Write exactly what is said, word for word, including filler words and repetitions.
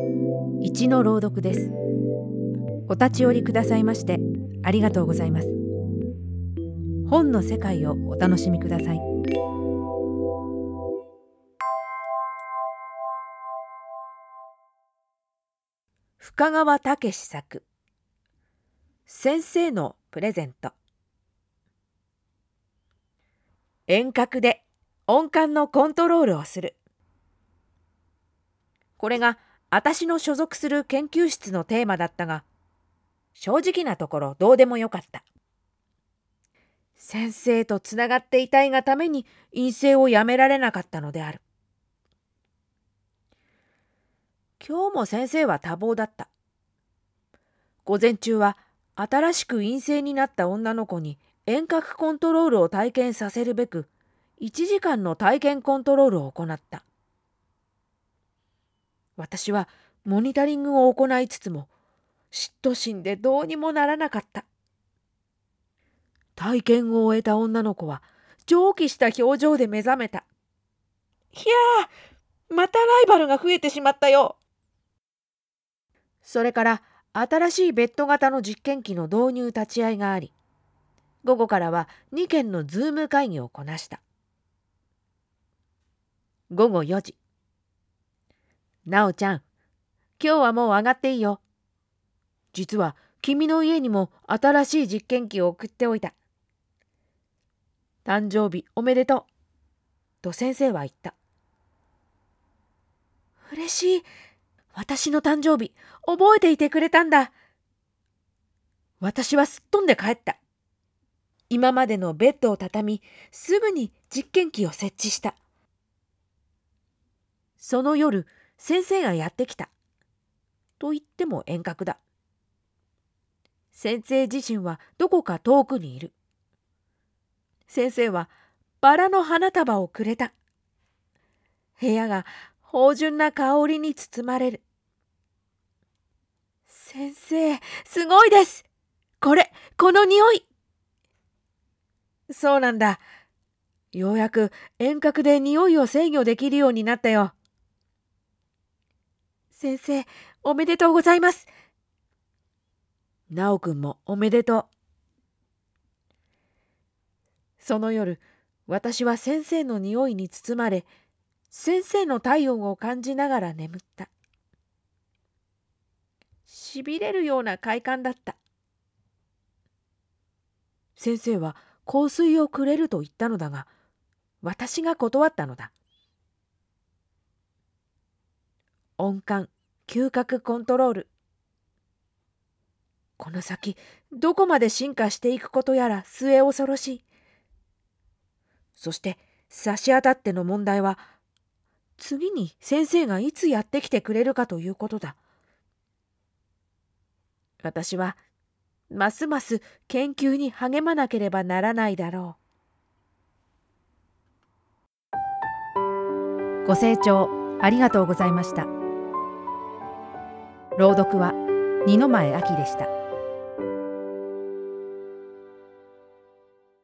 一の朗読です。お立ち寄りくださいましてありがとうございます。本の世界をお楽しみください。深川武史作、先生のプレゼント。遠隔で音感のコントロールをする。これが私の所属する研究室のテーマだったが、正直なところどうでもよかった。先生とつながっていたいがために院生をやめられなかったのである。今日も先生は多忙だった。午前中は新しく院生になった女の子に遠隔コントロールを体験させるべくいちじかんの体験コントロールを行った。私はモニタリングを行いつつも嫉妬心でどうにもならなかった。体験を終えた女の子は蒸気した表情で目覚めた。ひゃー、またライバルが増えてしまったよ。それから新しいベッド型の実験機の導入立ち会いがあり、午後からはにけんのズーム会議をこなした。ごごよじ。なおちゃん、今日はもう上がっていいよ。実は君の家にも新しい実験機を送っておいた。誕生日おめでとう。と先生は言った。嬉しい。私の誕生日覚えていてくれたんだ。私はすっ飛んで帰った。今までのベッドを畳み、すぐに実験機を設置した。その夜、先生がやってきた。と言っても遠隔だ。先生自身はどこか遠くにいる。先生はバラの花束をくれた。部屋が芳醇な香りに包まれる。先生、すごいです。これ、この匂い。そうなんだ。ようやく遠隔で匂いを制御できるようになったよ。先生、おめでとうございます。なおくんもおめでとう。その夜、私は先生の匂いに包まれ、先生の体温を感じながら眠った。しびれるような快感だった。先生は香水をくれると言ったのだが、私が断ったのだ。音感、嗅覚コントロール。この先、どこまで進化していくことやら末恐ろしい。そして差し当たっての問題は、次に先生がいつやってきてくれるかということだ。私はますます研究に励まなければならないだろう。ご清聴ありがとうございました。朗読は二の前あきでした。